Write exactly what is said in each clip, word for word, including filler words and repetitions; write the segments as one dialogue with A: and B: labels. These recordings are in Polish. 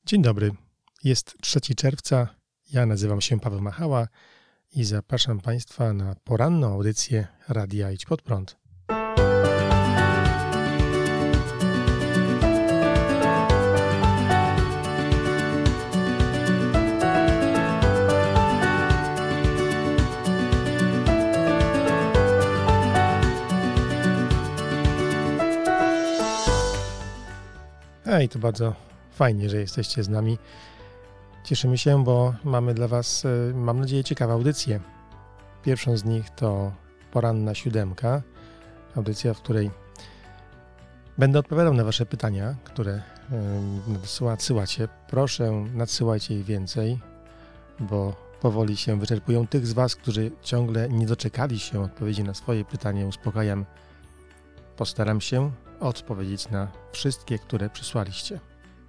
A: Dzień dobry. Jest trzeciego czerwca. Ja nazywam się Paweł Machała i zapraszam Państwa na poranną audycję Radia Idź Pod Prąd. Hej, to bardzo fajnie, że jesteście z nami. Cieszymy się, bo mamy dla Was, mam nadzieję, ciekawe audycje. Pierwszą z nich to Poranna Siódemka, audycja, w której będę odpowiadał na Wasze pytania, które nadsyłacie. Proszę, nadsyłajcie ich więcej, bo powoli się wyczerpują. Tych z Was, którzy ciągle nie doczekali się odpowiedzi na swoje pytanie, uspokajam. Postaram się odpowiedzieć na wszystkie, które przysłaliście.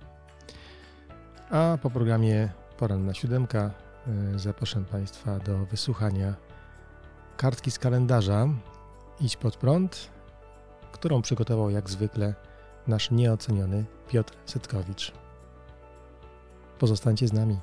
A: A po programie Poranna Siódemka zapraszam Państwa do wysłuchania kartki z kalendarza Idź Pod Prąd, którą przygotował jak zwykle nasz nieoceniony Piotr Setkowicz. Pozostańcie z nami.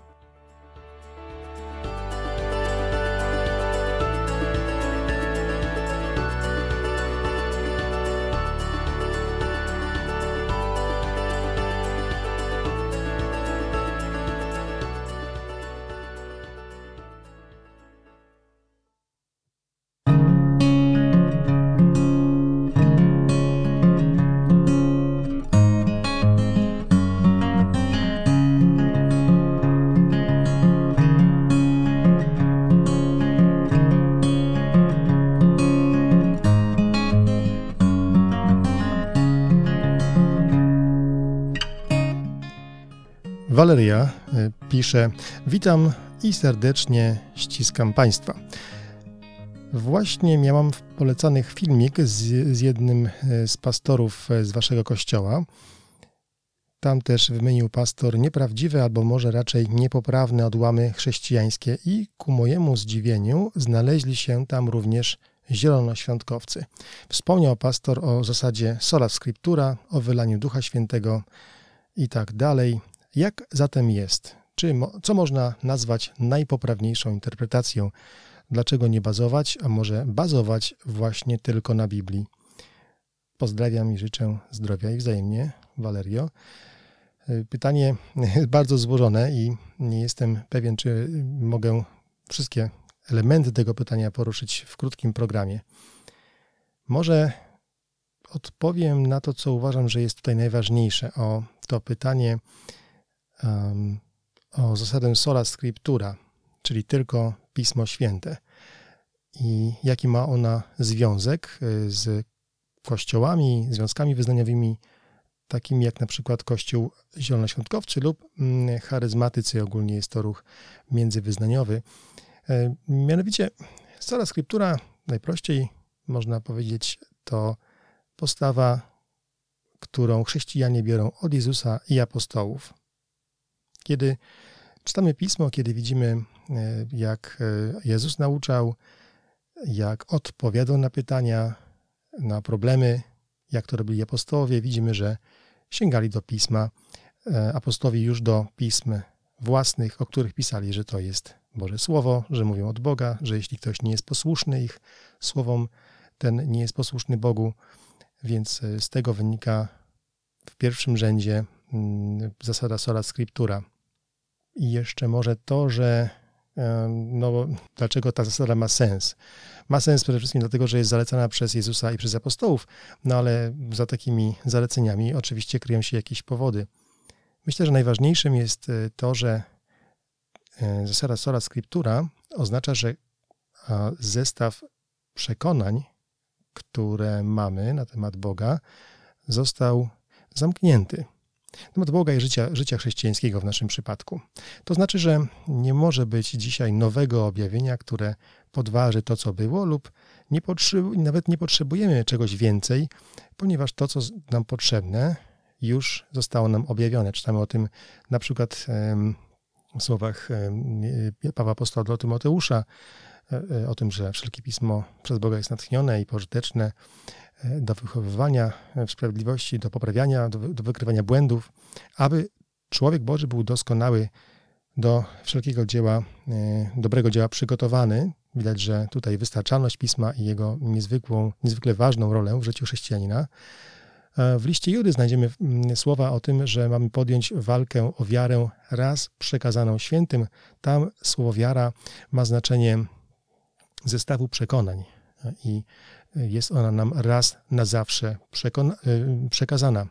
A: Waleria pisze: witam i serdecznie ściskam Państwa. Właśnie miałam w polecanych filmik z, z jednym z pastorów z Waszego kościoła. Tam też wymienił pastor nieprawdziwe albo może raczej niepoprawne odłamy chrześcijańskie i ku mojemu zdziwieniu znaleźli się tam również zielonoświątkowcy. Wspomniał pastor o zasadzie sola scriptura, o wylaniu Ducha Świętego i tak dalej. Jak zatem jest? Czy mo- co można nazwać najpoprawniejszą interpretacją? Dlaczego nie bazować, a może bazować właśnie tylko na Biblii? Pozdrawiam i życzę zdrowia i wzajemnie, Valerio. Pytanie jest bardzo złożone i nie jestem pewien, czy mogę wszystkie elementy tego pytania poruszyć w krótkim programie. Może odpowiem na to, co uważam, że jest tutaj najważniejsze. O to pytanie Um, o zasadę sola scriptura, czyli tylko Pismo Święte i jaki ma ona związek z kościołami, związkami wyznaniowymi, takimi jak na przykład Kościół Zielonoświątkowczy lub charyzmatycy, ogólnie jest to ruch międzywyznaniowy. Mianowicie sola scriptura, najprościej można powiedzieć, to postawa, którą chrześcijanie biorą od Jezusa i apostołów. Kiedy czytamy Pismo, kiedy widzimy, jak Jezus nauczał, jak odpowiadał na pytania, na problemy, jak to robili apostołowie, widzimy, że sięgali do Pisma. Apostołowie już do pism własnych, o których pisali, że to jest Boże Słowo, że mówią od Boga, że jeśli ktoś nie jest posłuszny ich słowom, ten nie jest posłuszny Bogu, więc z tego wynika w pierwszym rzędzie zasada sola scriptura. I jeszcze może to, że no, dlaczego ta zasada ma sens? Ma sens przede wszystkim dlatego, że jest zalecana przez Jezusa i przez apostołów, no ale za takimi zaleceniami oczywiście kryją się jakieś powody. Myślę, że najważniejszym jest to, że zasada sola scriptura oznacza, że zestaw przekonań, które mamy na temat Boga, został zamknięty. Na temat Boga i życia, życia chrześcijańskiego w naszym przypadku. To znaczy, że nie może być dzisiaj nowego objawienia, które podważy to, co było, lub nie potrzebu- nawet nie potrzebujemy czegoś więcej, ponieważ to, co nam potrzebne, już zostało nam objawione. Czytamy o tym na przykład w słowach Pawła Apostoła do Tymoteusza, o tym, że wszelkie pismo przez Boga jest natchnione i pożyteczne do wychowywania w sprawiedliwości, do poprawiania, do, do wykrywania błędów, aby człowiek Boży był doskonały do wszelkiego dzieła, dobrego dzieła przygotowany. Widać, że tutaj wystarczalność Pisma i jego niezwykłą, niezwykle ważną rolę w życiu chrześcijanina. W liście Judy znajdziemy słowa o tym, że mamy podjąć walkę o wiarę raz przekazaną świętym. Tam słowo wiara ma znaczenie zestawu przekonań i jest ona nam raz na zawsze przekona- przekazana.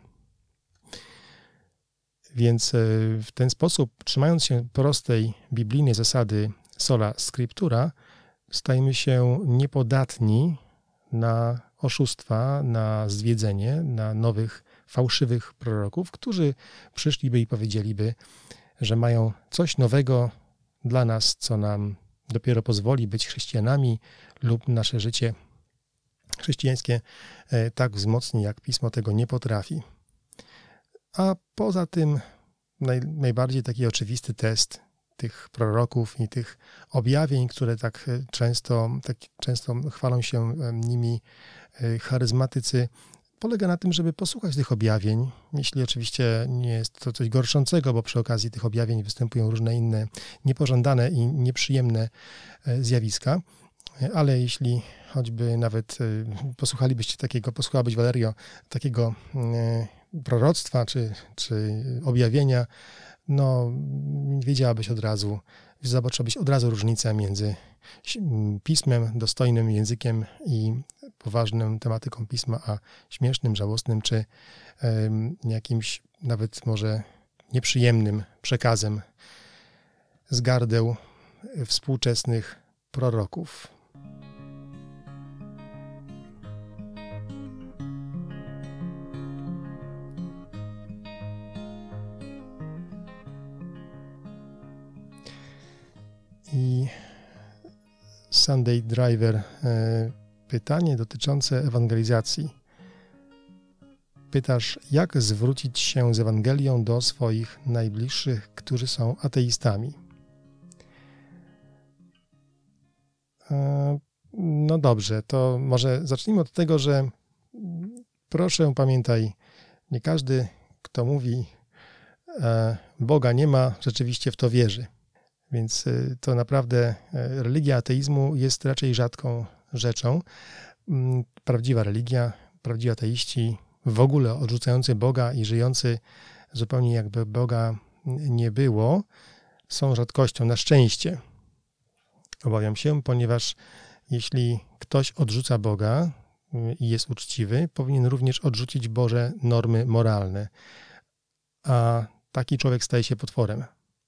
A: Więc w ten sposób, trzymając się prostej biblijnej zasady sola scriptura, stajemy się niepodatni na oszustwa, na zwiedzenie, na nowych, fałszywych proroków, którzy przyszliby i powiedzieliby, że mają coś nowego dla nas, co nam dopiero pozwoli być chrześcijanami lub nasze życie chrześcijańskie tak wzmocni, jak Pismo tego nie potrafi. A poza tym naj, najbardziej taki oczywisty test tych proroków i tych objawień, które tak często, tak często chwalą się nimi charyzmatycy, polega na tym, żeby posłuchać tych objawień, jeśli oczywiście nie jest to coś gorszącego, bo przy okazji tych objawień występują różne inne niepożądane i nieprzyjemne zjawiska, ale jeśli choćby nawet posłuchalibyście takiego, posłuchałabyś Valerio, takiego proroctwa czy, czy objawienia, no wiedziałabyś od razu, zobaczyłabyś od razu różnicę między pismem, dostojnym językiem i poważną tematyką pisma, a śmiesznym, żałosnym, czy um, jakimś nawet może nieprzyjemnym przekazem z gardeł współczesnych proroków. I Sunday Driver, pytanie dotyczące ewangelizacji. Pytasz, jak zwrócić się z Ewangelią do swoich najbliższych, którzy są ateistami? No dobrze, to może zacznijmy od tego, że proszę pamiętaj, nie każdy, kto mówi Boga nie ma, rzeczywiście w to wierzy. Więc to naprawdę religia ateizmu jest raczej rzadką rzeczą. Prawdziwa religia, prawdziwi ateiści, w ogóle odrzucający Boga i żyjący zupełnie jakby Boga nie było, są rzadkością, na szczęście. Obawiam się, ponieważ jeśli ktoś odrzuca Boga i jest uczciwy, powinien również odrzucić Boże normy moralne, a taki człowiek staje się potworem.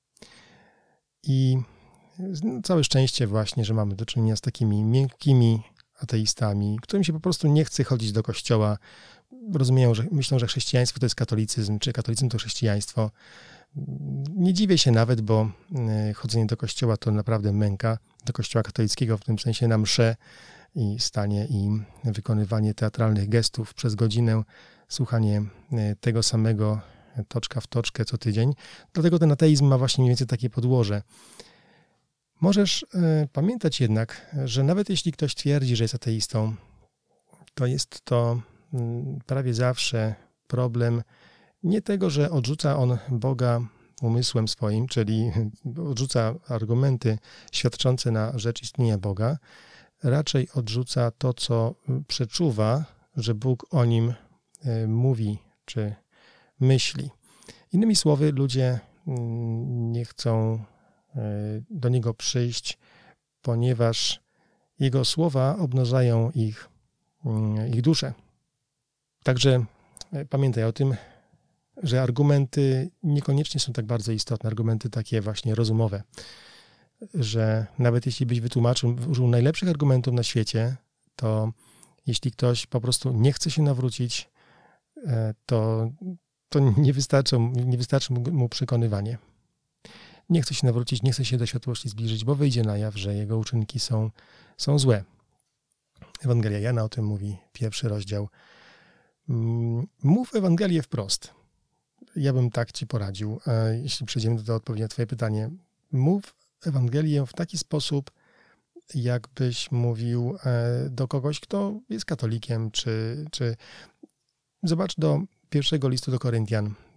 A: I całe szczęście właśnie, że mamy do czynienia z takimi miękkimi ateistami, którym się po prostu nie chce chodzić do kościoła. Rozumieją, że myślą, że chrześcijaństwo to jest katolicyzm, czy katolicyzm to chrześcijaństwo. Nie dziwię się nawet, bo chodzenie do kościoła to naprawdę męka, do kościoła katolickiego, w tym sensie na mszę i stanie i wykonywanie teatralnych gestów przez godzinę, słuchanie tego samego toczka w toczkę co tydzień. Dlatego ten ateizm ma właśnie mniej więcej takie podłoże. Możesz y, pamiętać jednak, że nawet jeśli ktoś twierdzi, że jest ateistą, to jest to y, prawie zawsze problem nie tego, że odrzuca on Boga umysłem swoim, czyli odrzuca argumenty świadczące na rzecz istnienia Boga, raczej odrzuca to, co przeczuwa, że Bóg o nim y, mówi, czy myśli. Innymi słowy, ludzie nie chcą do Niego przyjść, ponieważ Jego słowa obnażają ich, ich duszę. Także pamiętaj o tym, że argumenty niekoniecznie są tak bardzo istotne, argumenty takie właśnie rozumowe, że nawet jeśli byś wytłumaczył, użył najlepszych argumentów na świecie, to jeśli ktoś po prostu nie chce się nawrócić, to to nie wystarczy, nie wystarczy mu przekonywanie. Nie chce się nawrócić, nie chce się do światłości zbliżyć, bo wyjdzie na jaw, że jego uczynki są, są złe. Ewangelia Jana o tym mówi, pierwszy rozdział. Mów Ewangelię wprost. Ja bym tak ci poradził, jeśli przejdziemy do odpowiedzi na twoje pytanie. Mów Ewangelię w taki sposób, jakbyś mówił do kogoś, kto jest katolikiem, czy, czy zobacz do pierwszego listu do Koryntian,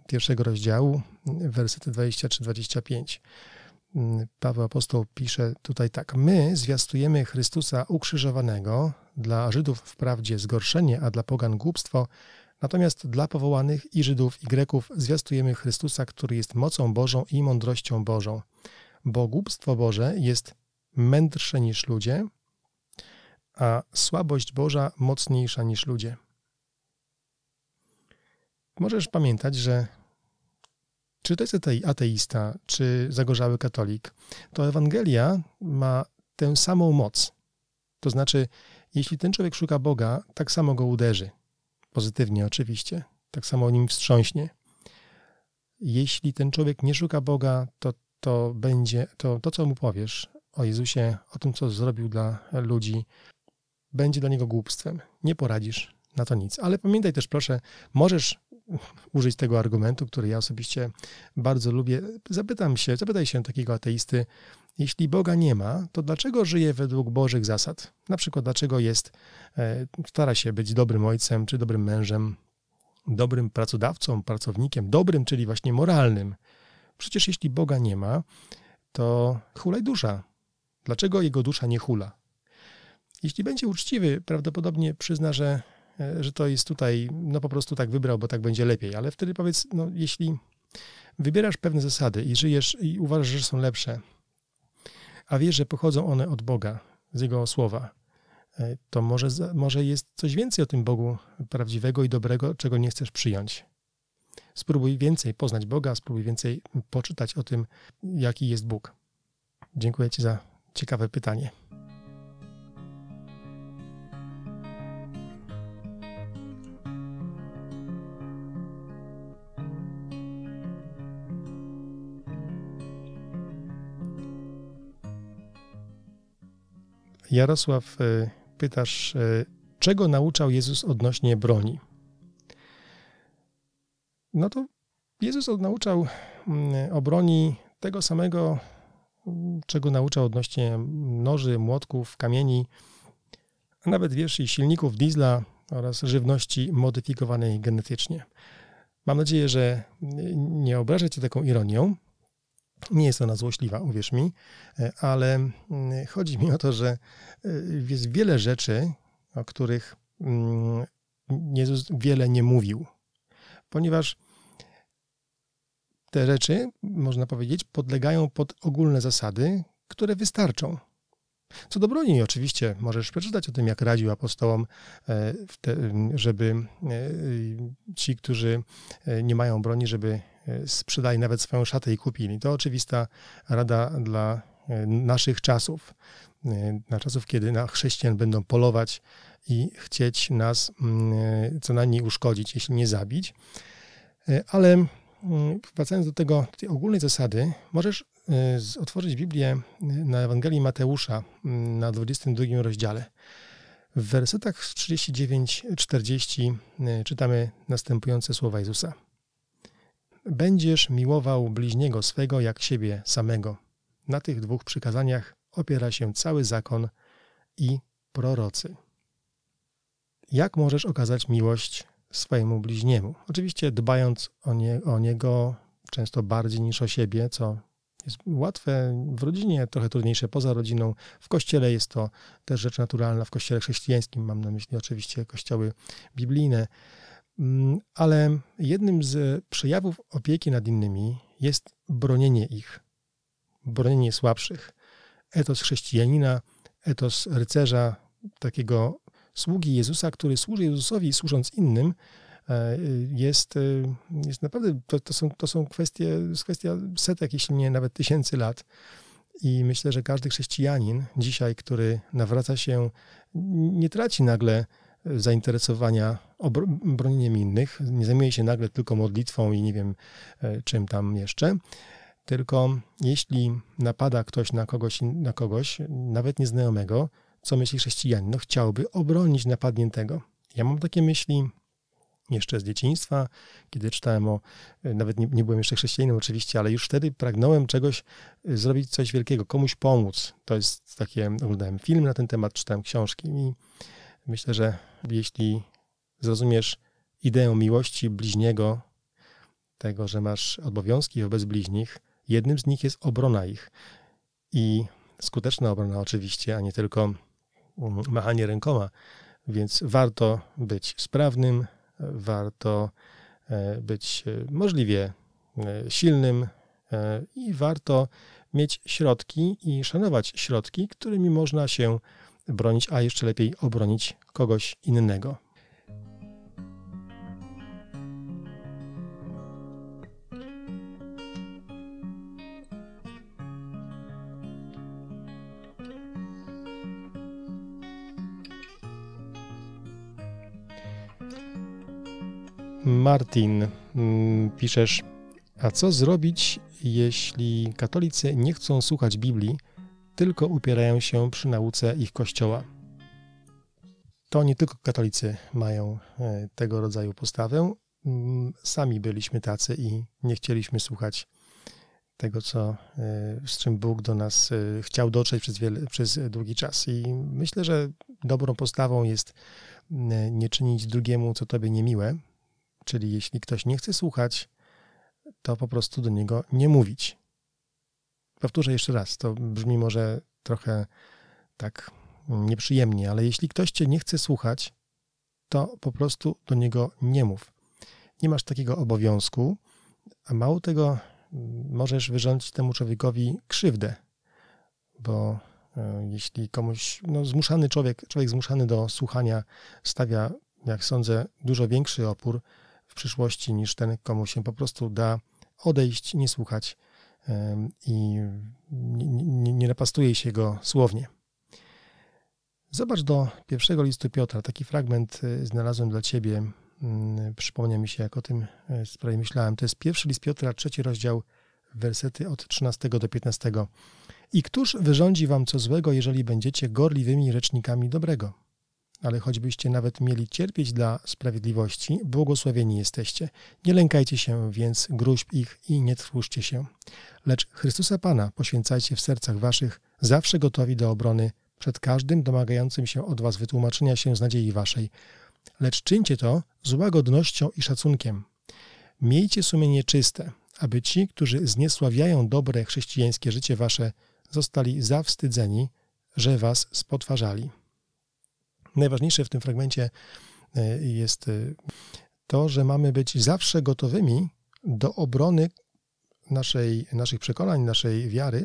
A: pierwszego rozdziału, wersety dwadzieścia trzy dwadzieścia pięć. Paweł apostoł pisze tutaj tak: my zwiastujemy Chrystusa ukrzyżowanego, dla Żydów wprawdzie zgorszenie, a dla pogan głupstwo, natomiast dla powołanych i Żydów i Greków zwiastujemy Chrystusa, który jest mocą Bożą i mądrością Bożą. Bo głupstwo Boże jest mędrsze niż ludzie, a słabość Boża mocniejsza niż ludzie. Możesz pamiętać, że czy to jest ateista, czy zagorzały katolik, to Ewangelia ma tę samą moc. To znaczy, jeśli ten człowiek szuka Boga, tak samo go uderzy. Pozytywnie oczywiście. Tak samo o nim wstrząśnie. Jeśli ten człowiek nie szuka Boga, to to będzie, to, to co mu powiesz o Jezusie, o tym, co zrobił dla ludzi, będzie dla niego głupstwem. Nie poradzisz na to nic. Ale pamiętaj też, proszę, możesz użyć tego argumentu, który ja osobiście bardzo lubię. Zapytam się, zapytaj się takiego ateisty, jeśli Boga nie ma, to dlaczego żyje według Bożych zasad? Na przykład, dlaczego jest, stara się być dobrym ojcem, czy dobrym mężem, dobrym pracodawcą, pracownikiem, dobrym, czyli właśnie moralnym. Przecież jeśli Boga nie ma, to hulaj dusza. Dlaczego jego dusza nie hula? Jeśli będzie uczciwy, prawdopodobnie przyzna, że, że to jest tutaj, no po prostu tak wybrał, bo tak będzie lepiej. Ale wtedy powiedz, no jeśli wybierasz pewne zasady i żyjesz i uważasz, że są lepsze, a wiesz, że pochodzą one od Boga, z Jego słowa, to może, może jest coś więcej o tym Bogu prawdziwego i dobrego, czego nie chcesz przyjąć. Spróbuj więcej poznać Boga, spróbuj więcej poczytać o tym, jaki jest Bóg. Dziękuję Ci za ciekawe pytanie. Jarosław, pytasz, czego nauczał Jezus odnośnie broni? No to Jezus nauczał o broni tego samego, czego nauczał odnośnie noży, młotków, kamieni, a nawet wierszy silników diesla oraz żywności modyfikowanej genetycznie. Mam nadzieję, że nie obrażę Cię taką ironią. Nie jest ona złośliwa, uwierz mi, ale chodzi mi o to, że jest wiele rzeczy, o których Jezus wiele nie mówił, ponieważ te rzeczy, można powiedzieć, podlegają pod ogólne zasady, które wystarczą. Co do broni, oczywiście możesz przeczytać o tym, jak radził apostołom, żeby ci, którzy nie mają broni, żeby sprzedali nawet swoją szatę i kupili. To oczywista rada dla naszych czasów, na czasów, kiedy na chrześcijan będą polować i chcieć nas co najmniej uszkodzić, jeśli nie zabić. Ale wracając do tego, tej ogólnej zasady, możesz otworzyć Biblię na Ewangelii Mateusza na dwudziestym drugim rozdziale. W wersetach trzydzieści dziewięć czterdzieści czytamy następujące słowa Jezusa. Będziesz miłował bliźniego swego jak siebie samego. Na tych dwóch przykazaniach opiera się cały zakon i prorocy. Jak możesz okazać miłość swojemu bliźniemu? Oczywiście dbając o, nie, o niego często bardziej niż o siebie, co jest łatwe w rodzinie, trochę trudniejsze poza rodziną. W kościele jest to też rzecz naturalna, w kościele chrześcijańskim, mam na myśli oczywiście kościoły biblijne, ale jednym z przejawów opieki nad innymi jest bronienie ich, bronienie słabszych. Etos chrześcijanina, etos rycerza, takiego sługi Jezusa, który służy Jezusowi, służąc innym, jest, jest naprawdę, to, to, są, to są kwestie, kwestia setek, jeśli nie nawet tysięcy lat. I myślę, że każdy chrześcijanin dzisiaj, który nawraca się, nie traci nagle zainteresowania bronieniem innych, nie zajmuje się nagle tylko modlitwą i nie wiem czym tam jeszcze, tylko jeśli napada ktoś na kogoś, na kogoś nawet nieznajomego, co myśli chrześcijanin? No chciałby obronić napadniętego. Ja mam takie myśli jeszcze z dzieciństwa, kiedy czytałem o, nawet nie, nie byłem jeszcze chrześcijaninem oczywiście, ale już wtedy pragnąłem czegoś, zrobić coś wielkiego, komuś pomóc. To jest takie, oglądałem film na ten temat, czytałem książki i myślę, że jeśli zrozumiesz ideę miłości bliźniego, tego, że masz obowiązki wobec bliźnich, jednym z nich jest obrona ich. I skuteczna obrona oczywiście, a nie tylko machanie rękoma. Więc warto być sprawnym, warto być możliwie silnym i warto mieć środki i szanować środki, którymi można się bronić, a jeszcze lepiej obronić kogoś innego. Martin, piszesz, a co zrobić, jeśli katolicy nie chcą słuchać Biblii, tylko upierają się przy nauce ich Kościoła? To nie tylko katolicy mają tego rodzaju postawę. Sami byliśmy tacy i nie chcieliśmy słuchać tego, co, z czym Bóg do nas chciał dotrzeć przez, wiele, przez długi czas. I myślę, że dobrą postawą jest nie czynić drugiemu, co tobie niemiłe, czyli jeśli ktoś nie chce słuchać, to po prostu do niego nie mówić. Powtórzę jeszcze raz, to brzmi może trochę tak nieprzyjemnie, ale jeśli ktoś cię nie chce słuchać, to po prostu do niego nie mów. Nie masz takiego obowiązku, a mało tego, możesz wyrządzić temu człowiekowi krzywdę, bo jeśli komuś, no zmuszany człowiek, człowiek zmuszany do słuchania stawia, jak sądzę, dużo większy opór w przyszłości niż ten, komu się po prostu da odejść, nie słuchać i nie, nie, nie napastuje się go słownie. Zobacz do pierwszego listu Piotra. Taki fragment znalazłem dla ciebie. Przypomniał mi się, jak o tym sprawie myślałem. To jest pierwszy list Piotra, trzeci rozdział, wersety od trzynastego do piętnastego. I któż wyrządzi wam co złego, jeżeli będziecie gorliwymi rzecznikami dobrego? Ale choćbyście nawet mieli cierpieć dla sprawiedliwości, błogosławieni jesteście. Nie lękajcie się więc gróźb ich i nie trwóżcie się. Lecz Chrystusa Pana poświęcajcie w sercach waszych, zawsze gotowi do obrony przed każdym domagającym się od was wytłumaczenia się z nadziei waszej. Lecz czyńcie to z łagodnością i szacunkiem. Miejcie sumienie czyste, aby ci, którzy zniesławiają dobre chrześcijańskie życie wasze, zostali zawstydzeni, że was spotwarzali. Najważniejsze w tym fragmencie jest to, że mamy być zawsze gotowymi do obrony naszej, naszych przekonań, naszej wiary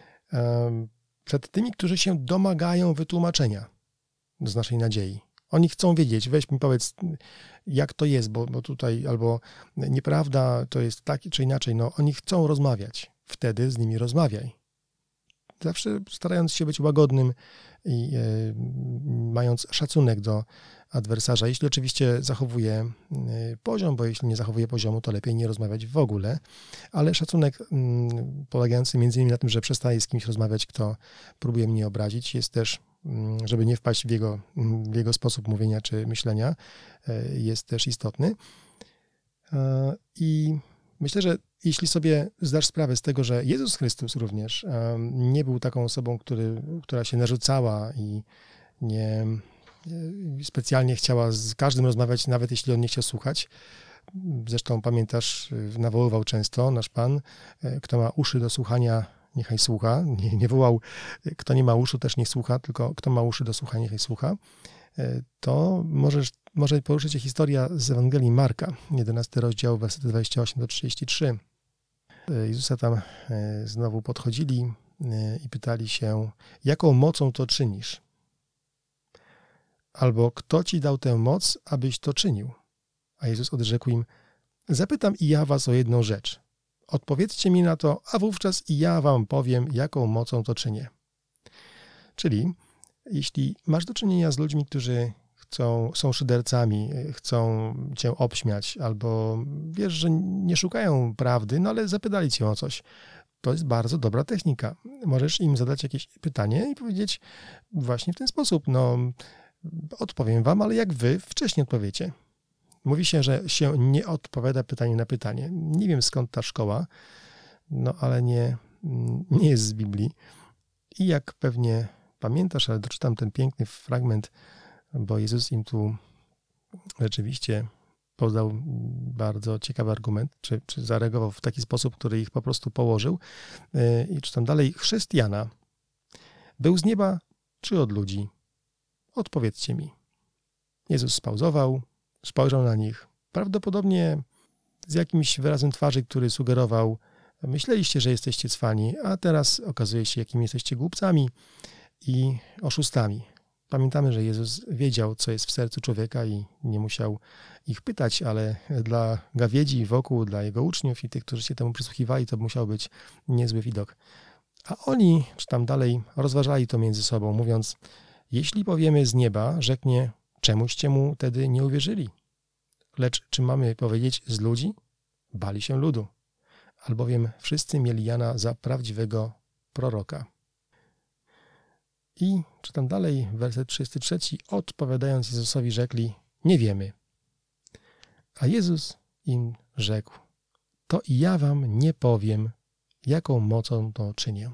A: przed tymi, którzy się domagają wytłumaczenia z naszej nadziei. Oni chcą wiedzieć, weź mi powiedz, jak to jest, bo, bo tutaj albo nieprawda, to jest tak czy inaczej. No, oni chcą rozmawiać, wtedy z nimi rozmawiaj. Zawsze starając się być łagodnym i e, mając szacunek do adwersarza, jeśli oczywiście zachowuje e, poziom, bo jeśli nie zachowuje poziomu, to lepiej nie rozmawiać w ogóle, ale szacunek m, polegający między innymi na tym, że przestaje z kimś rozmawiać, kto próbuje mnie obrazić, jest też, m, żeby nie wpaść w jego, w jego sposób mówienia czy myślenia, e, jest też istotny. E, I myślę, że jeśli sobie zdasz sprawę z tego, że Jezus Chrystus również um, nie był taką osobą, który, która się narzucała i nie e, specjalnie chciała z każdym rozmawiać, nawet jeśli on nie chciał słuchać. Zresztą pamiętasz, nawoływał często nasz Pan, e, kto ma uszy do słuchania, niechaj słucha. Nie, nie wołał, kto nie ma uszu, też niech słucha, tylko kto ma uszy do słuchania, niechaj słucha. E, to możesz Może poruszyć się historia z Ewangelii Marka, jedenasty rozdział, wersety dwadzieścia osiem do trzydziestu trzech. Jezusa tam znowu podchodzili i pytali się, jaką mocą to czynisz? Albo kto ci dał tę moc, abyś to czynił? A Jezus odrzekł im, zapytam i ja was o jedną rzecz. Odpowiedzcie mi na to, a wówczas i ja wam powiem, jaką mocą to czynię. Czyli jeśli masz do czynienia z ludźmi, którzy Chcą, są szydercami, chcą cię obśmiać, albo wiesz, że nie szukają prawdy, no ale zapytali cię o coś. To jest bardzo dobra technika. Możesz im zadać jakieś pytanie i powiedzieć właśnie w ten sposób, no odpowiem wam, ale jak wy wcześniej odpowiecie. Mówi się, że się nie odpowiada pytanie na pytanie. Nie wiem skąd ta szkoła, no ale nie, nie jest z Biblii. I jak pewnie pamiętasz, ale doczytam ten piękny fragment, bo Jezus im tu rzeczywiście podał bardzo ciekawy argument, czy, czy zareagował w taki sposób, który ich po prostu położył. I czytam dalej. Chrzest Jana był z nieba czy od ludzi? Odpowiedzcie mi. Jezus spauzował, spojrzał na nich. Prawdopodobnie z jakimś wyrazem twarzy, który sugerował, myśleliście, że jesteście cwani, a teraz okazuje się, jakimi jesteście głupcami i oszustami. Pamiętamy, że Jezus wiedział, co jest w sercu człowieka i nie musiał ich pytać, ale dla gawiedzi wokół, dla jego uczniów i tych, którzy się temu przysłuchiwali, to musiał być niezły widok. A oni, czy tam dalej, rozważali to między sobą, mówiąc, jeśli powiemy z nieba, rzeknie, czemuście mu wtedy nie uwierzyli? Lecz czy mamy powiedzieć z ludzi? Bali się ludu, albowiem wszyscy mieli Jana za prawdziwego proroka. I czytam dalej, werset trzydziesty trzeci. Odpowiadając Jezusowi rzekli, nie wiemy. A Jezus im rzekł, to i ja wam nie powiem, jaką mocą to czynię.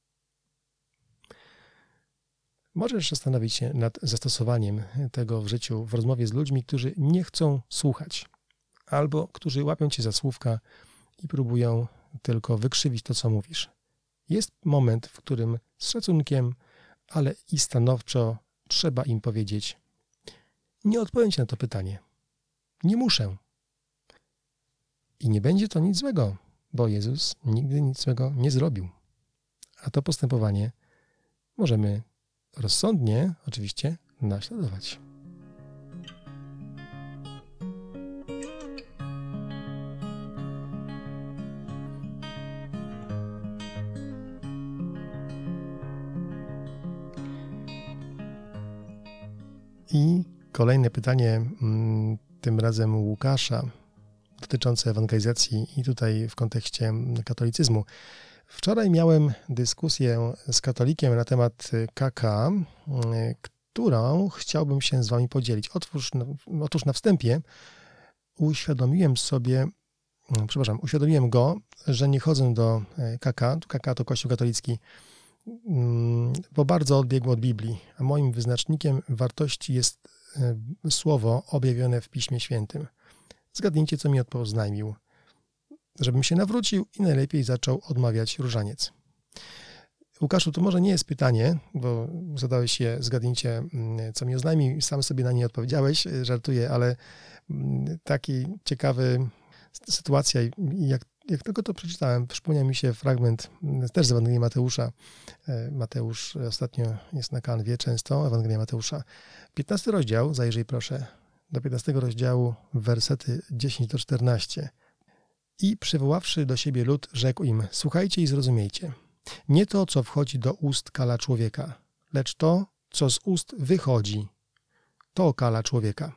A: Możesz zastanowić się nad zastosowaniem tego w życiu, w rozmowie z ludźmi, którzy nie chcą słuchać, albo którzy łapią cię za słówka i próbują tylko wykrzywić to, co mówisz. Jest moment, w którym z szacunkiem, ale i stanowczo trzeba im powiedzieć, nie odpowiem ci na to pytanie. Nie muszę. I nie będzie to nic złego, bo Jezus nigdy nic złego nie zrobił. A to postępowanie możemy rozsądnie, oczywiście, naśladować. I kolejne pytanie, tym razem Łukasza, dotyczące ewangelizacji i tutaj w kontekście katolicyzmu. Wczoraj miałem dyskusję z katolikiem na temat K K, którą chciałbym się z wami podzielić. Otóż, otóż na wstępie uświadomiłem sobie, przepraszam, uświadomiłem go, że nie chodzę do K K, K K to Kościół katolicki, bo bardzo odbiegł od Biblii, a moim wyznacznikiem wartości jest słowo objawione w Piśmie Świętym. Zgadnijcie, co mi oznajmił. Żebym się nawrócił i najlepiej zaczął odmawiać różaniec. Łukaszu, to może nie jest pytanie, bo zadałeś je, zgadnijcie, co mi oznajmił i sam sobie na nie odpowiedziałeś, żartuję, ale taki ciekawy sytuacja, jak, jak tylko to przeczytałem, przypomniał mi się fragment też z Ewangelii Mateusza. Mateusz ostatnio jest na kanwie często, Ewangelia Mateusza. piętnasty rozdział, zajrzyj proszę, do piętnastego rozdziału, wersety dziesięć do czternastu. I przywoławszy do siebie lud, rzekł im, słuchajcie i zrozumiejcie. Nie to, co wchodzi do ust kala człowieka, lecz to, co z ust wychodzi, to kala człowieka.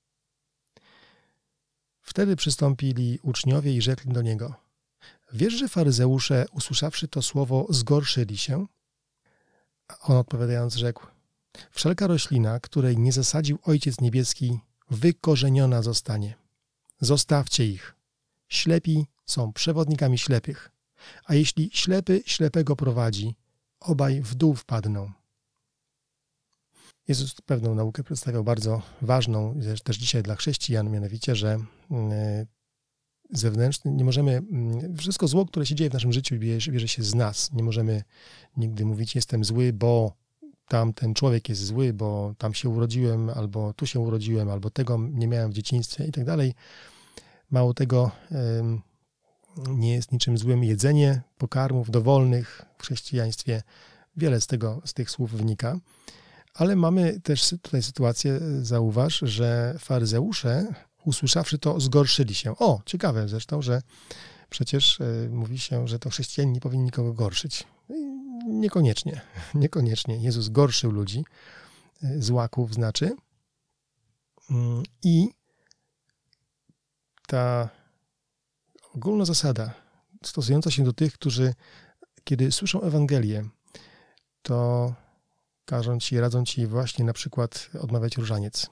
A: Wtedy przystąpili uczniowie i rzekli do niego, wiesz, że faryzeusze, usłyszawszy to słowo, zgorszyli się? A on odpowiadając rzekł, wszelka roślina, której nie zasadził Ojciec Niebieski, wykorzeniona zostanie. Zostawcie ich. Ślepi są przewodnikami ślepych, a jeśli ślepy ślepego prowadzi, obaj w dół wpadną. Jezus pewną naukę przedstawiał bardzo ważną, też dzisiaj dla chrześcijan, mianowicie, że zewnętrzny, nie możemy, wszystko zło, które się dzieje w naszym życiu, bierze, bierze się z nas. Nie możemy nigdy mówić, jestem zły, bo tam ten człowiek jest zły, bo tam się urodziłem, albo tu się urodziłem, albo tego nie miałem w dzieciństwie i tak dalej. Mało tego, nie jest niczym złym jedzenie pokarmów dowolnych w chrześcijaństwie. Wiele z tego, z tych słów wynika. Ale mamy też tutaj sytuację, zauważ, że faryzeusze, usłyszawszy to, zgorszyli się. O, ciekawe zresztą, że przecież mówi się, że to chrześcijanie nie powinni nikogo gorszyć. Niekoniecznie, niekoniecznie. Jezus gorszył ludzi, złaków znaczy. I ta ogólna zasada stosująca się do tych, którzy kiedy słyszą Ewangelię, to każą ci, radzą ci właśnie na przykład odmawiać różaniec.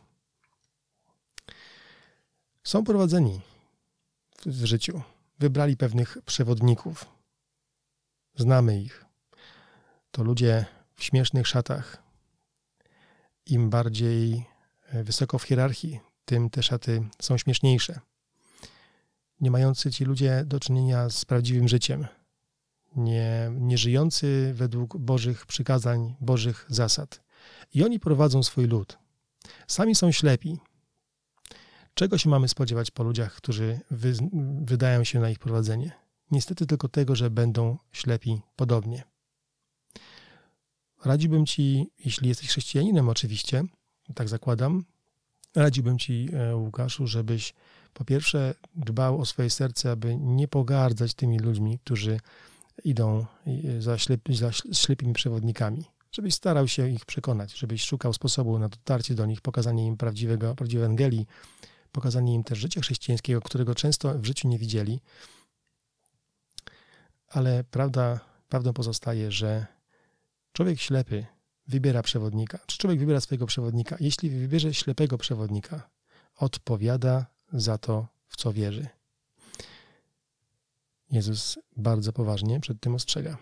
A: Są prowadzeni w życiu. Wybrali pewnych przewodników. Znamy ich. To ludzie w śmiesznych szatach. Im bardziej wysoko w hierarchii, tym te szaty są śmieszniejsze. Nie mający ci ludzie do czynienia z prawdziwym życiem, nie, nie żyjący według Bożych przykazań, Bożych zasad. I oni prowadzą swój lud. Sami są ślepi. Czego się mamy spodziewać po ludziach, którzy wy, wydają się na ich prowadzenie? Niestety tylko tego, że będą ślepi podobnie. Radziłbym ci, jeśli jesteś chrześcijaninem oczywiście, tak zakładam, radziłbym ci, Łukaszu, żebyś po pierwsze dbał o swoje serce, aby nie pogardzać tymi ludźmi, którzy idą za, ślep, za ślepimi przewodnikami. Żebyś starał się ich przekonać, żebyś szukał sposobu na dotarcie do nich, pokazanie im prawdziwego, prawdziwej Ewangelii, pokazanie im też życia chrześcijańskiego, którego często w życiu nie widzieli. Ale prawda, prawdą pozostaje, że człowiek ślepy wybiera przewodnika. Czy człowiek wybiera swojego przewodnika? Jeśli wybierze ślepego przewodnika, odpowiada za to, w co wierzy. Jezus bardzo poważnie przed tym ostrzega.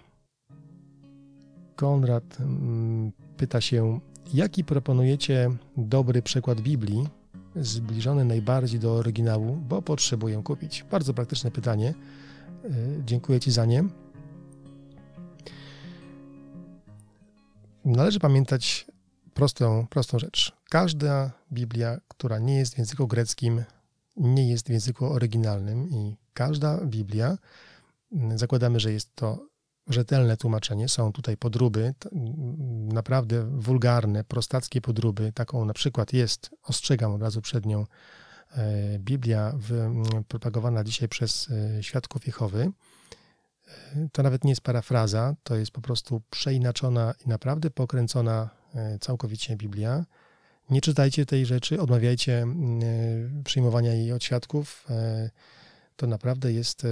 A: Konrad mm, pyta się, jaki proponujecie dobry przekład Biblii, zbliżony najbardziej do oryginału, bo potrzebuję kupić. Bardzo praktyczne pytanie. Yy, dziękuję ci za nie. Należy pamiętać prostą, prostą rzecz. Każda Biblia, która nie jest w języku greckim, nie jest w języku oryginalnym i każda Biblia, zakładamy, że jest to rzetelne tłumaczenie, są tutaj podróby, naprawdę wulgarne, prostackie podróby, taką na przykład jest, ostrzegam od razu przed nią, Biblia propagowana dzisiaj przez Świadków Jehowy. To nawet nie jest parafraza, to jest po prostu przeinaczona i naprawdę pokręcona całkowicie Biblia. Nie czytajcie tej rzeczy, odmawiajcie przyjmowania jej od świadków. To naprawdę jest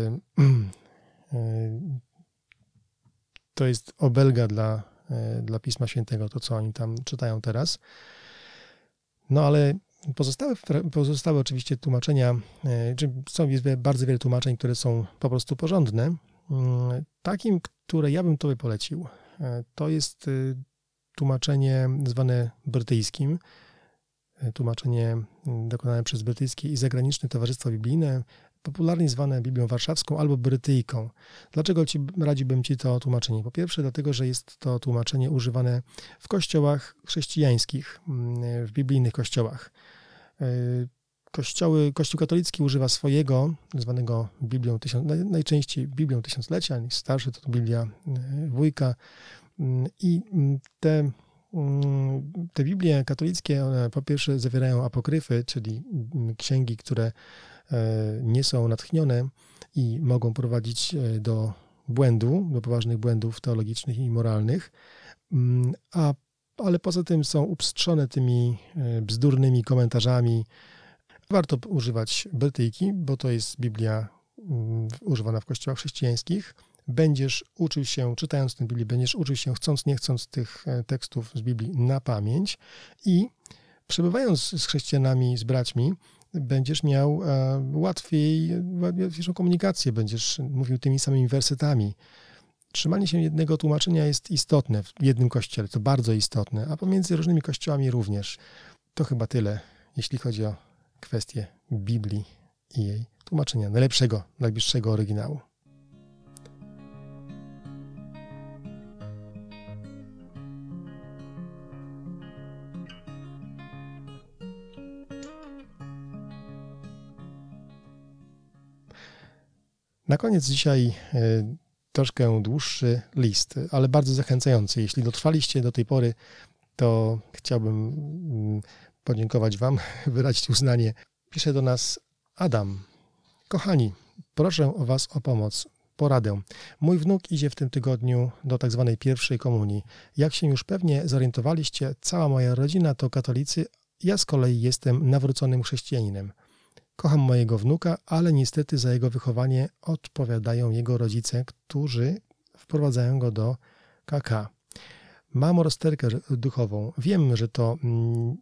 A: to jest obelga dla, dla Pisma Świętego, to co oni tam czytają teraz. No ale pozostałe, pozostałe oczywiście tłumaczenia, są jest bardzo wiele tłumaczeń, które są po prostu porządne. Takim, które ja bym Tobie polecił, to jest tłumaczenie zwane brytyjskim, tłumaczenie dokonane przez brytyjskie i zagraniczne Towarzystwo Biblijne, popularnie zwane Biblią Warszawską albo Brytyjką. Dlaczego ci, radziłbym Ci to tłumaczenie? Po pierwsze, dlatego, że jest to tłumaczenie używane w kościołach chrześcijańskich, w biblijnych kościołach. Kościoły, Kościół katolicki używa swojego, zwanego Biblią tysiąc, najczęściej Biblią Tysiąclecia, starsze to Biblia Wójka i te, te Biblie katolickie, one po pierwsze zawierają apokryfy, czyli księgi, które nie są natchnione i mogą prowadzić do błędu, do poważnych błędów teologicznych i moralnych, a, ale poza tym są upstrzone tymi bzdurnymi komentarzami. Warto używać Brytyjki, bo to jest Biblia używana w kościołach chrześcijańskich. Będziesz uczył się, czytając tę Biblię, będziesz uczył się chcąc, nie chcąc tych tekstów z Biblii na pamięć i przebywając z chrześcijanami, z braćmi, będziesz miał łatwiej, łatwiejszą komunikację, będziesz mówił tymi samymi wersetami. Trzymanie się jednego tłumaczenia jest istotne w jednym kościele, to bardzo istotne, a pomiędzy różnymi kościołami również. To chyba tyle, jeśli chodzi o kwestię Biblii i jej tłumaczenia, najlepszego, najbliższego oryginału. Na koniec dzisiaj troszkę dłuższy list, ale bardzo zachęcający. Jeśli dotrwaliście do tej pory, to chciałbym podziękować Wam, wyrazić uznanie. Pisze do nas Adam. Kochani, proszę o Was o pomoc, poradę. Mój wnuk idzie w tym tygodniu do tak zwanej pierwszej komunii. Jak się już pewnie zorientowaliście, cała moja rodzina to katolicy, ja z kolei jestem nawróconym chrześcijaninem. Kocham mojego wnuka, ale niestety za jego wychowanie odpowiadają jego rodzice, którzy wprowadzają go do K K. Mam rozterkę duchową. Wiem, że to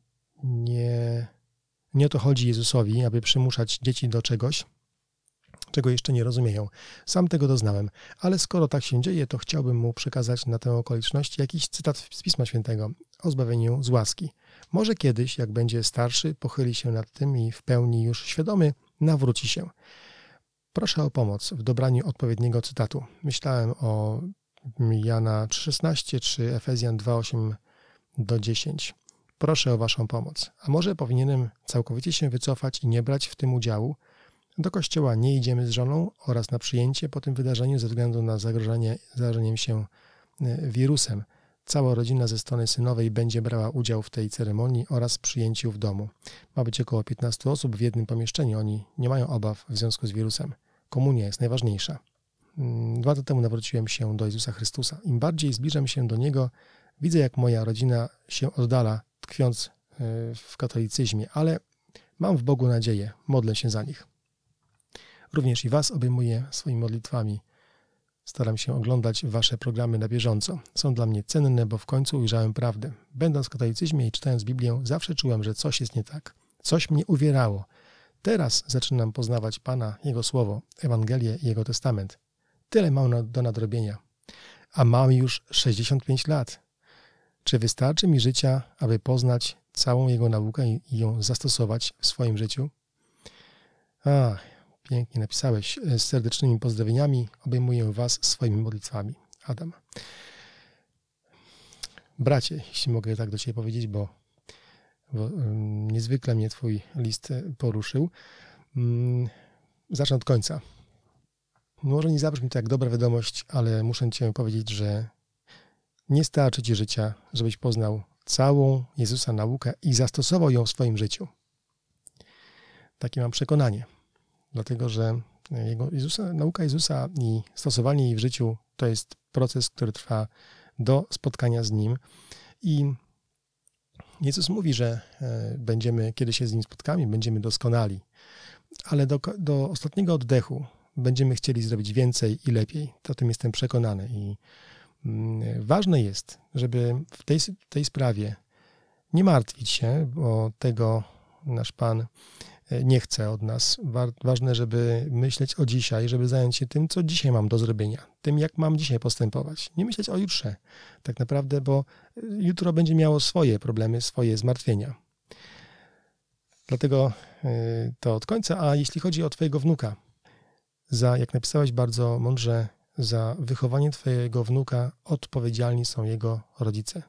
A: nie, nie o to chodzi Jezusowi, aby przymuszać dzieci do czegoś, czego jeszcze nie rozumieją. Sam tego doznałem, ale skoro tak się dzieje, to chciałbym mu przekazać na tę okoliczność jakiś cytat z Pisma Świętego o zbawieniu z łaski. Może kiedyś, jak będzie starszy, pochyli się nad tym i w pełni już świadomy, nawróci się. Proszę o pomoc w dobraniu odpowiedniego cytatu. Myślałem o Jana trzy szesnaście czy Efezjan dwa osiem do dziesięć. Proszę o waszą pomoc. A może powinienem całkowicie się wycofać i nie brać w tym udziału? Do kościoła nie idziemy z żoną oraz na przyjęcie po tym wydarzeniu ze względu na zagrożenie zarażeniem się wirusem. Cała rodzina ze strony synowej będzie brała udział w tej ceremonii oraz przyjęciu w domu. Ma być około piętnaście osób w jednym pomieszczeniu. Oni nie mają obaw w związku z wirusem. Komunia jest najważniejsza. Dwa lata temu nawróciłem się do Jezusa Chrystusa. Im bardziej zbliżam się do Niego, widzę, jak moja rodzina się oddala, tkwiąc w katolicyzmie, ale mam w Bogu nadzieję, modlę się za nich. Również i was obejmuję swoimi modlitwami. Staram się oglądać wasze programy na bieżąco. Są dla mnie cenne, bo w końcu ujrzałem prawdę. Będąc w katolicyzmie i czytając Biblię, zawsze czułem, że coś jest nie tak. Coś mnie uwierało. Teraz zaczynam poznawać Pana, Jego Słowo, Ewangelię i Jego Testament. Tyle mam do nadrobienia. A mam już sześćdziesiąt pięć lat. Czy wystarczy mi życia, aby poznać całą Jego naukę i ją zastosować w swoim życiu? Ach, pięknie napisałeś. Z serdecznymi pozdrowieniami obejmuję was swoimi modlitwami. Adam. Bracie, jeśli mogę tak do ciebie powiedzieć, bo, bo um, niezwykle mnie twój list poruszył. Um, zacznę od końca. Może nie zabrzmi to jak dobra wiadomość, ale muszę cię powiedzieć, że nie starczy ci życia, żebyś poznał całą Jezusa naukę i zastosował ją w swoim życiu. Takie mam przekonanie. Dlatego, że jego Jezusa, nauka Jezusa i stosowanie jej w życiu to jest proces, który trwa do spotkania z Nim. I Jezus mówi, że będziemy, kiedy się z Nim spotkamy, będziemy doskonali. Ale do, do ostatniego oddechu będziemy chcieli zrobić więcej i lepiej. O tym jestem przekonany. I ważne jest, żeby w tej, tej sprawie nie martwić się, bo tego nasz Pan nie chce od nas. Ważne, żeby myśleć o dzisiaj, żeby zająć się tym, co dzisiaj mam do zrobienia, tym, jak mam dzisiaj postępować. Nie myśleć o jutrze tak naprawdę, bo jutro będzie miało swoje problemy, swoje zmartwienia. Dlatego to od końca. A jeśli chodzi o twojego wnuka, za, jak napisałeś bardzo mądrze, za wychowanie twojego wnuka odpowiedzialni są jego rodzice.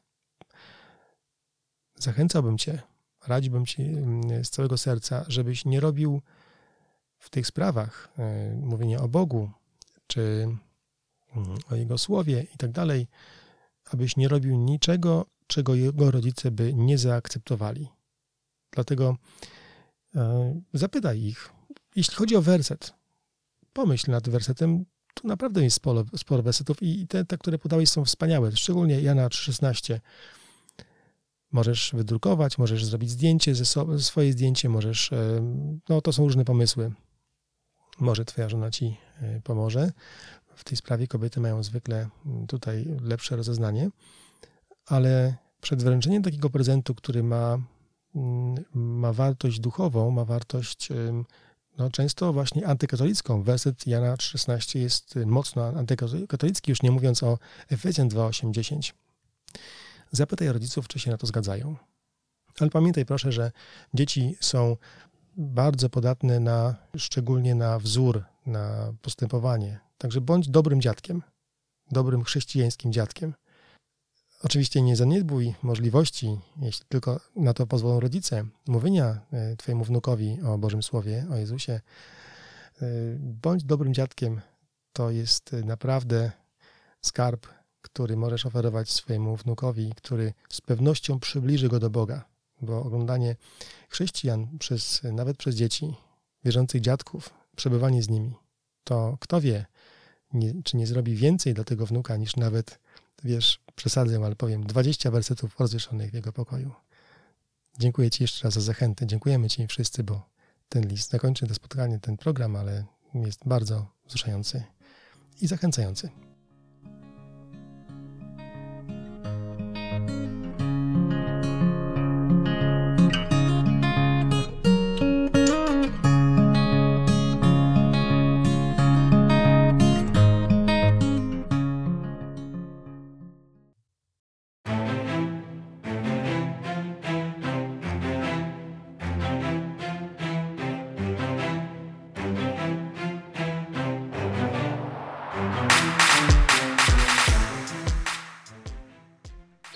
A: Zachęcałbym cię, radziłbym ci z całego serca, żebyś nie robił w tych sprawach mówienia o Bogu, czy o Jego Słowie i tak dalej, abyś nie robił niczego, czego jego rodzice by nie zaakceptowali. Dlatego zapytaj ich, jeśli chodzi o werset, pomyśl nad wersetem. Tu naprawdę jest sporo, sporo wersetów i te, te, które podałeś, są wspaniałe, szczególnie Jana trzy szesnaście. Możesz wydrukować, możesz zrobić zdjęcie, ze so, swoje zdjęcie, możesz, no to są różne pomysły. Może twoja żona ci pomoże. W tej sprawie kobiety mają zwykle tutaj lepsze rozeznanie, ale przed wręczeniem takiego prezentu, który ma, ma wartość duchową, ma wartość no, często właśnie antykatolicką. Werset Jana trzy szesnaście jest mocno antykatolicki, już nie mówiąc o Efezjan dwa osiem dziesięć. Zapytaj rodziców, czy się na to zgadzają. Ale pamiętaj proszę, że dzieci są bardzo podatne na, szczególnie na wzór, na postępowanie. Także bądź dobrym dziadkiem, dobrym chrześcijańskim dziadkiem. Oczywiście nie zaniedbuj możliwości, jeśli tylko na to pozwolą rodzice, mówienia twojemu wnukowi o Bożym Słowie, o Jezusie. Bądź dobrym dziadkiem. To jest naprawdę skarb, który możesz oferować swojemu wnukowi, który z pewnością przybliży go do Boga. Bo oglądanie chrześcijan, przez, nawet przez dzieci, wierzących dziadków, przebywanie z nimi, to kto wie, nie, czy nie zrobi więcej dla tego wnuka, niż nawet, wiesz, przesadzę, ale powiem, dwadzieścia wersetów rozwieszonych w jego pokoju. Dziękuję ci jeszcze raz za zachętę. Dziękujemy ci wszyscy, bo ten list zakończy to spotkanie, ten program, ale jest bardzo wzruszający i zachęcający.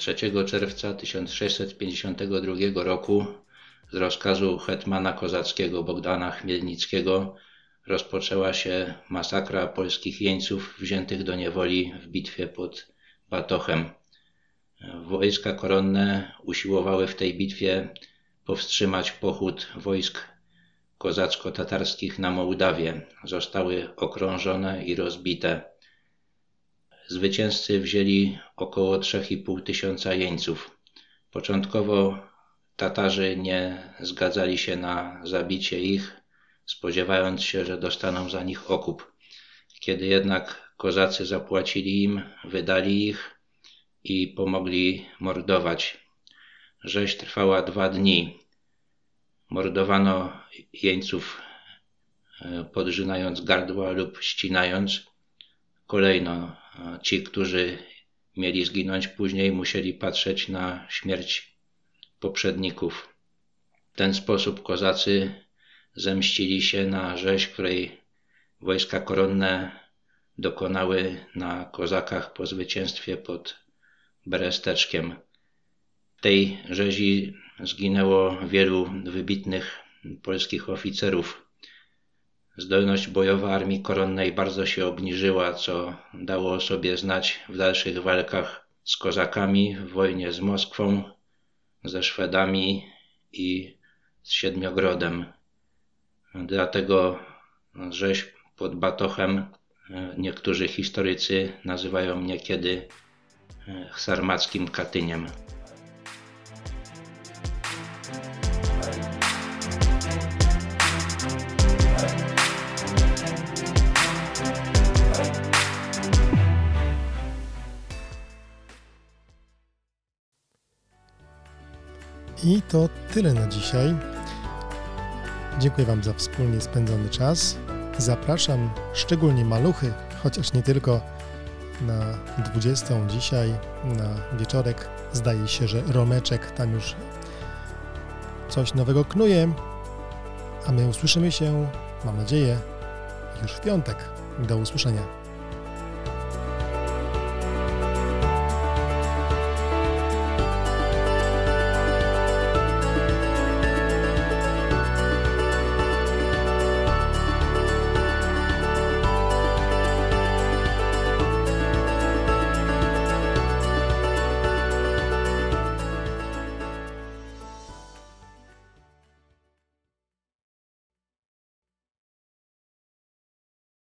B: trzeciego czerwca tysiąc sześćset pięćdziesiątego drugiego roku z rozkazu hetmana kozackiego Bogdana Chmielnickiego rozpoczęła się masakra polskich jeńców wziętych do niewoli w bitwie pod Batochem. Wojska koronne usiłowały w tej bitwie powstrzymać pochód wojsk kozacko-tatarskich na Mołdawię. Zostały okrążone i rozbite. Zwycięzcy wzięli około trzy i pół tysiąca jeńców. Początkowo Tatarzy nie zgadzali się na zabicie ich, spodziewając się, że dostaną za nich okup. Kiedy jednak kozacy zapłacili im, wydali ich i pomogli mordować. Rzeź trwała dwa dni. Mordowano jeńców podrzynając gardła lub ścinając. Kolejno ci, którzy mieli zginąć później, musieli patrzeć na śmierć poprzedników. W ten sposób kozacy zemścili się na rzeź, której wojska koronne dokonały na kozakach po zwycięstwie pod Beresteczkiem. W tej rzezi zginęło wielu wybitnych polskich oficerów. Zdolność bojowa armii koronnej bardzo się obniżyła, co dało o sobie znać w dalszych walkach z kozakami w wojnie z Moskwą, ze Szwedami i z Siedmiogrodem. Dlatego rzeź pod Batochem niektórzy historycy nazywają niekiedy sarmackim Katyniem.
A: I to tyle na dzisiaj. Dziękuję Wam za wspólnie spędzony czas. Zapraszam szczególnie maluchy, chociaż nie tylko, na dwudziestą dzisiaj, na wieczorek. Zdaje się, że Romeczek tam już coś nowego knuje, a my usłyszymy się, mam nadzieję, już w piątek. Do usłyszenia.